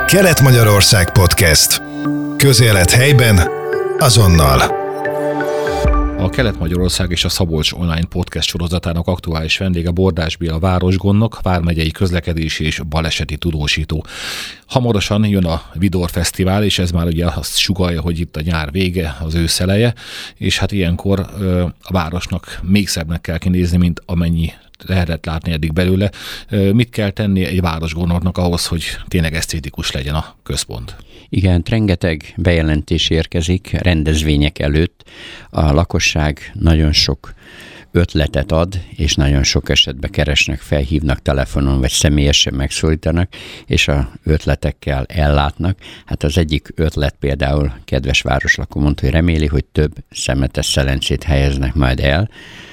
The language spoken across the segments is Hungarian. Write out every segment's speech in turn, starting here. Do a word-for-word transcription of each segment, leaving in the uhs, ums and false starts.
Kelet-Magyarország Podcast. Közélet helyben, azonnal. A Kelet-Magyarország és a Szabolcs Online Podcast sorozatának aktuális vendége Bordás Béla városgondnok, vármegyei közlekedési és baleseti tudósító. Hamarosan jön a Vidor Fesztivál, és ez már ugye azt sugallja, hogy itt a nyár vége, az ősz eleje, és hát ilyenkor a városnak még szebbnek kell kinézni, mint amennyi lehetett látni eddig belőle. Mit kell tenni egy városgondnoknak ahhoz, hogy tényleg esztétikus legyen a központ? Igen, rengeteg bejelentés érkezik rendezvények előtt. A lakosság nagyon sok ötletet ad, és nagyon sok esetben keresnek, felhívnak telefonon, vagy személyesen megszólítanak, és a ötletekkel ellátnak. Hát az egyik ötlet például kedves városlakó mondta, hogy reméli, hogy több szemetes szelencét helyeznek majd el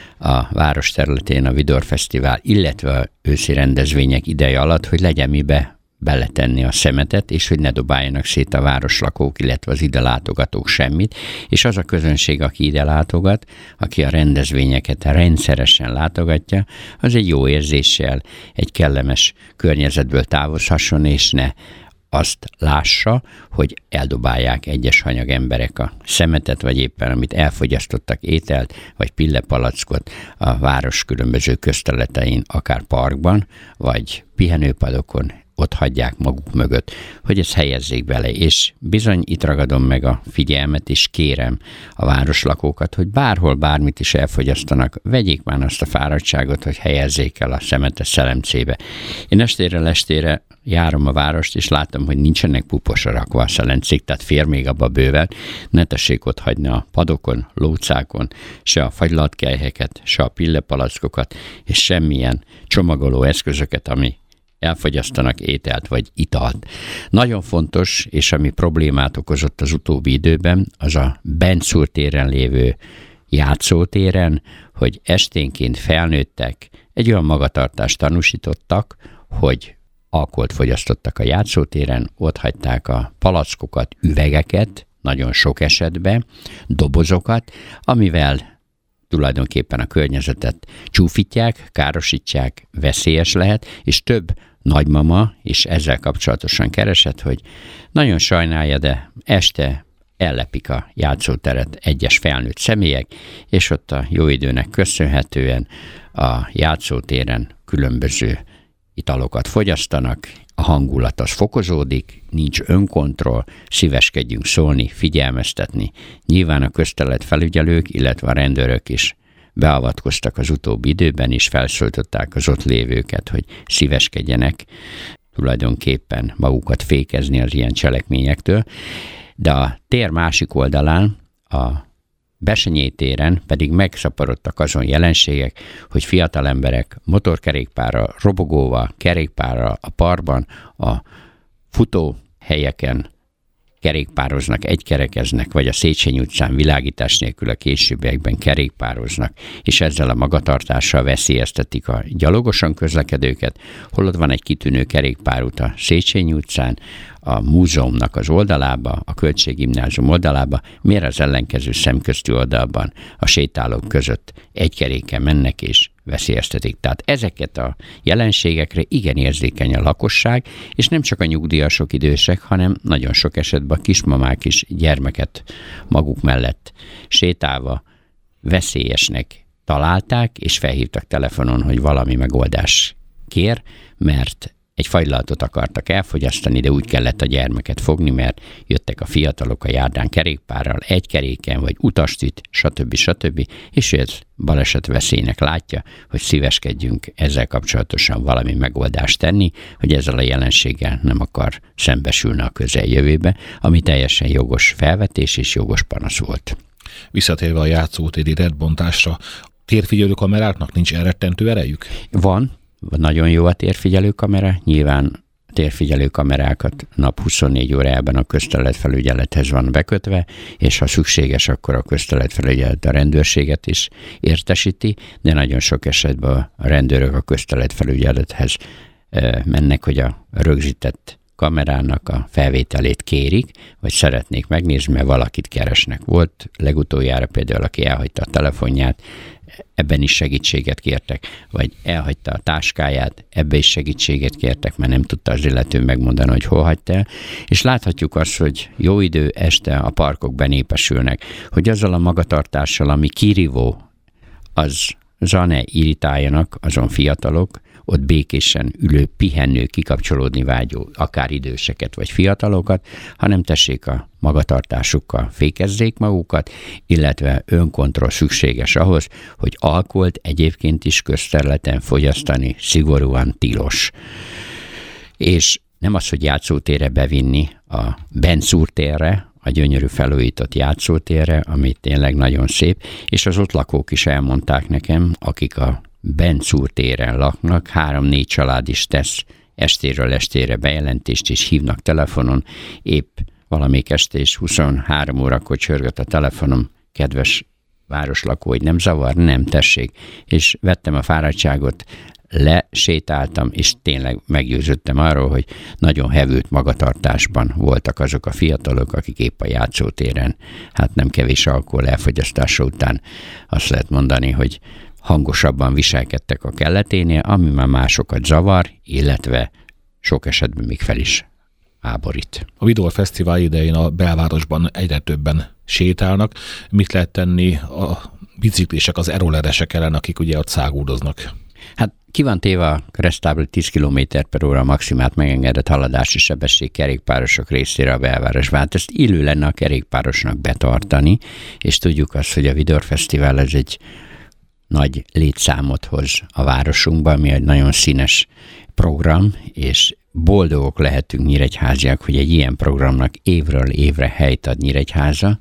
a város területén a Vidor Fesztivál, illetve a őszi rendezvények ideje alatt, hogy legyen mibe beletenni a szemetet, és hogy ne dobáljanak szét a városlakók, illetve az ide látogatók semmit, és az a közönség, aki ide látogat, aki a rendezvényeket rendszeresen látogatja, az egy jó érzéssel, egy kellemes környezetből távozhasson, és ne azt lássa, hogy eldobálják egyes hanyag emberek a szemetet, vagy éppen amit elfogyasztottak, ételt, vagy pillepalackot a város különböző közterületein, akár parkban, vagy pihenőpadokon, ott hagyják maguk mögött, hogy ezt helyezzék bele, és bizony itt ragadom meg a figyelmet, és kérem a városlakókat, hogy bárhol bármit is elfogyasztanak, vegyék már azt a fáradtságot, hogy helyezzék el a szemetes szelencébe. Én estére lestére járom a várost, és látom, hogy nincsenek puposra rakva a szelencék, tehát fér még abba bőven, ne tessék ott hagyni a padokon, lócákon, se a fagylatkelyheket, se a pillepalackokat, és semmilyen csomagoló eszközöket, ami elfogyasztanak ételt vagy italt. Nagyon fontos, és ami problémát okozott az utóbbi időben, az a Benczúr téren lévő játszótéren, hogy esténként felnőttek egy olyan magatartást tanúsítottak, hogy alkoholt fogyasztottak a játszótéren, ott hagyták a palackokat, üvegeket, nagyon sok esetben, dobozokat, amivel tulajdonképpen a környezetet csúfítják, károsítják, veszélyes lehet, és több nagymama is ezzel kapcsolatosan keresett, hogy nagyon sajnálja, de este ellepik a játszóteret egyes felnőtt személyek, és ott a jó időnek köszönhetően a játszótéren különböző italokat fogyasztanak, a hangulat az fokozódik, nincs önkontroll, szíveskedjünk szólni, figyelmeztetni. Nyilván a közterület felügyelők, illetve a rendőrök is beavatkoztak az utóbbi időben, és felszólították az ott lévőket, hogy szíveskedjenek tulajdonképpen magukat fékezni az ilyen cselekményektől. De a tér másik oldalán, a Besenyei téren pedig megszaporodtak azon jelenségek, hogy fiatal emberek motorkerékpárral, robogóval, kerékpárral a parkban, a futóhelyeken kerékpároznak, egykerekeznek, vagy a Széchenyi utcán világítás nélkül a későbbiekben kerékpároznak, és ezzel a magatartással veszélyeztetik a gyalogosan közlekedőket, holott van egy kitűnő kerékpárút a Széchenyi utcán, a múzeumnak az oldalába, a Költséggimnázium oldalába, miért az ellenkező szemközti oldalban a sétálók között egy keréken mennek és veszélyeztetik. Tehát ezeket a jelenségekre igen érzékeny a lakosság, és nem csak a nyugdíjasok, idősek, hanem nagyon sok esetben a kismamák is gyermeket maguk mellett sétálva veszélyesnek találták, és felhívtak telefonon, hogy valami megoldás kér, mert egy fagylaltot akartak elfogyasztani, de úgy kellett a gyermeket fogni, mert jöttek a fiatalok a járdán kerékpárral, egy keréken, vagy utastűt, stb. stb. És ő baleset veszélynek látja, hogy szíveskedjünk ezzel kapcsolatosan valami megoldást tenni, hogy ezzel a jelenséggel nem akar szembesülni a közeljövőbe, ami teljesen jogos felvetés és jogos panasz volt. Visszatérve a játszótéri redbontásra, térfigyelő kameráknak nincs elrettentő erejük? Van. Nagyon jó a térfigyelő kamera, nyilván térfigyelő kamerákat nap huszonnégy órában a közterületfelügyelethez van bekötve, és ha szükséges, akkor a közterületfelügyelet a rendőrséget is értesíti, de nagyon sok esetben a rendőrök a közterületfelügyelethez mennek, hogy a rögzített kamerának a felvételét kérik, vagy szeretnék megnézni, mert valakit keresnek. Volt legutoljára például, aki elhagyta a telefonját, ebben is segítséget kértek, vagy elhagyta a táskáját, ebben is segítséget kértek, mert nem tudta az illető megmondani, hogy hol hagyta el. És láthatjuk azt, hogy jó idő, este a parkok benépesülnek, hogy azzal a magatartással, ami kirívó, az zane irritáljanak azon fiatalok, ott békésen ülő, pihenő, kikapcsolódni vágyó, akár időseket vagy fiatalokat, hanem tessék a magatartásukkal fékezzék magukat, illetve önkontroll szükséges ahhoz, hogy alkoholt egyébként is közterületen fogyasztani szigorúan tilos. És nem az, hogy játszótérre bevinni a Benczúr térre, a gyönyörű felújított játszótérre, ami tényleg nagyon szép, és az ott lakók is elmondták nekem, akik a Benczúr téren laknak, három-négy család is tesz estéről estére bejelentést, és hívnak telefonon, épp valamelyik este is huszonhárom órakor csörgött a telefonom, kedves városlakó, hogy nem zavar, nem, tessék, és vettem a fáradtságot, lesétáltam, és tényleg meggyőződtem arról, hogy nagyon hevült magatartásban voltak azok a fiatalok, akik épp a játszótéren, hát nem kevés alkohol elfogyasztása után azt lehet mondani, hogy hangosabban viselkedtek a kelleténél, ami már másokat zavar, illetve sok esetben még fel is háborít. A Vidor Fesztivál idején a belvárosban egyre többen sétálnak. Mit lehet tenni a biciklések, az erolleresek ellen, akik ugye ott száguldoznak? Hát ki van téve a keresztábli tíz kilométer per óra maximált megengedett haladási sebesség kerékpárosok részére a belvárosban. Hát ezt illő lenne a kerékpárosnak betartani, és tudjuk azt, hogy a Vidor Fesztivál ez egy nagy létszámot hoz a városunkban, ami egy nagyon színes program, és boldogok lehetünk nyíregyháziak, hogy egy ilyen programnak évről évre helyt ad Nyíregyháza,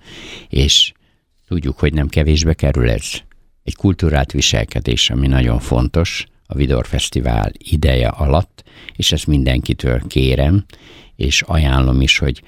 és tudjuk, hogy nem kevésbe kerül ez. Egy kultúrát viselkedés, ami nagyon fontos a Vidor Fesztivál ideje alatt, és ezt mindenkitől kérem, és ajánlom is, hogy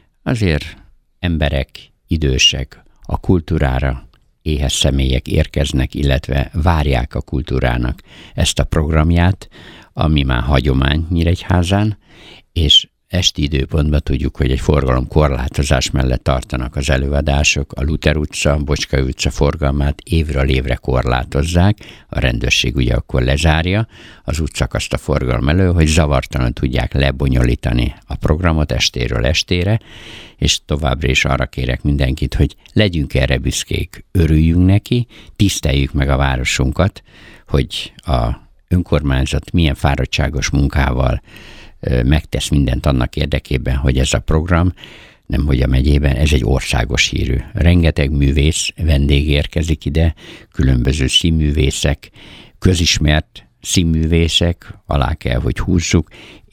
azért emberek, idősek a kultúrára éhes személyek érkeznek, illetve várják a kultúrának ezt a programját, ami már hagyomány Nyíregyházán, és esti időpontban tudjuk, hogy egy forgalomkorlátozás mellett tartanak az előadások, a Luther utca, Bocskai utca forgalmát évről évre korlátozzák, a rendőrség ugye akkor lezárja az utcakaszt a forgalom elő, hogy zavartalan tudják lebonyolítani a programot estéről estére, és továbbra is arra kérek mindenkit, hogy legyünk erre büszkék, örüljünk neki, tiszteljük meg a városunkat, hogy a önkormányzat milyen fáradtságos munkával megtesz mindent annak érdekében, hogy ez a program, nem hogy a megyében, ez egy országos hírű. Rengeteg művész vendég érkezik ide, különböző színművészek, közismert színművészek, alá kell, hogy húzzuk,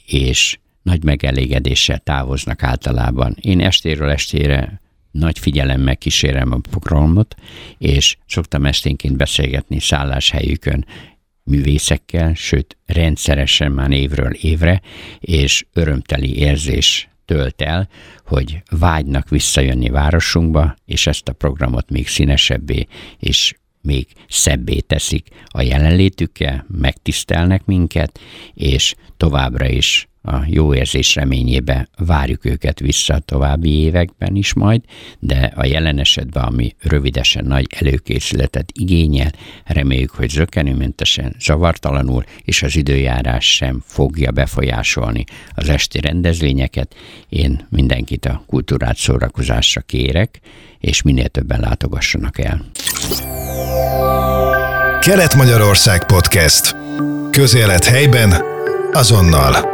és nagy megelégedéssel távoznak általában. Én estéről estére nagy figyelemmel kísérem a programot, és szoktam esténként beszélgetni szálláshelyükön művészekkel, sőt rendszeresen már évről évre, és örömteli érzés tölt el, hogy vágynak visszajönni városunkba, és ezt a programot még színesebbé és még szebbé teszik a jelenlétükkel, megtisztelnek minket, és továbbra is a jó érzés reményébe várjuk őket vissza a további években is majd, de a jelen esetben, ami rövidesen nagy előkészületet igényel, reméljük, hogy zökkenőmentesen, zavartalanul, és az időjárás sem fogja befolyásolni az esti rendezvényeket. Én mindenkit a kultúrát szórakozásra kérek, és minél többen látogassanak el. Kelet-Magyarország Podcast. Közélet helyben, azonnal.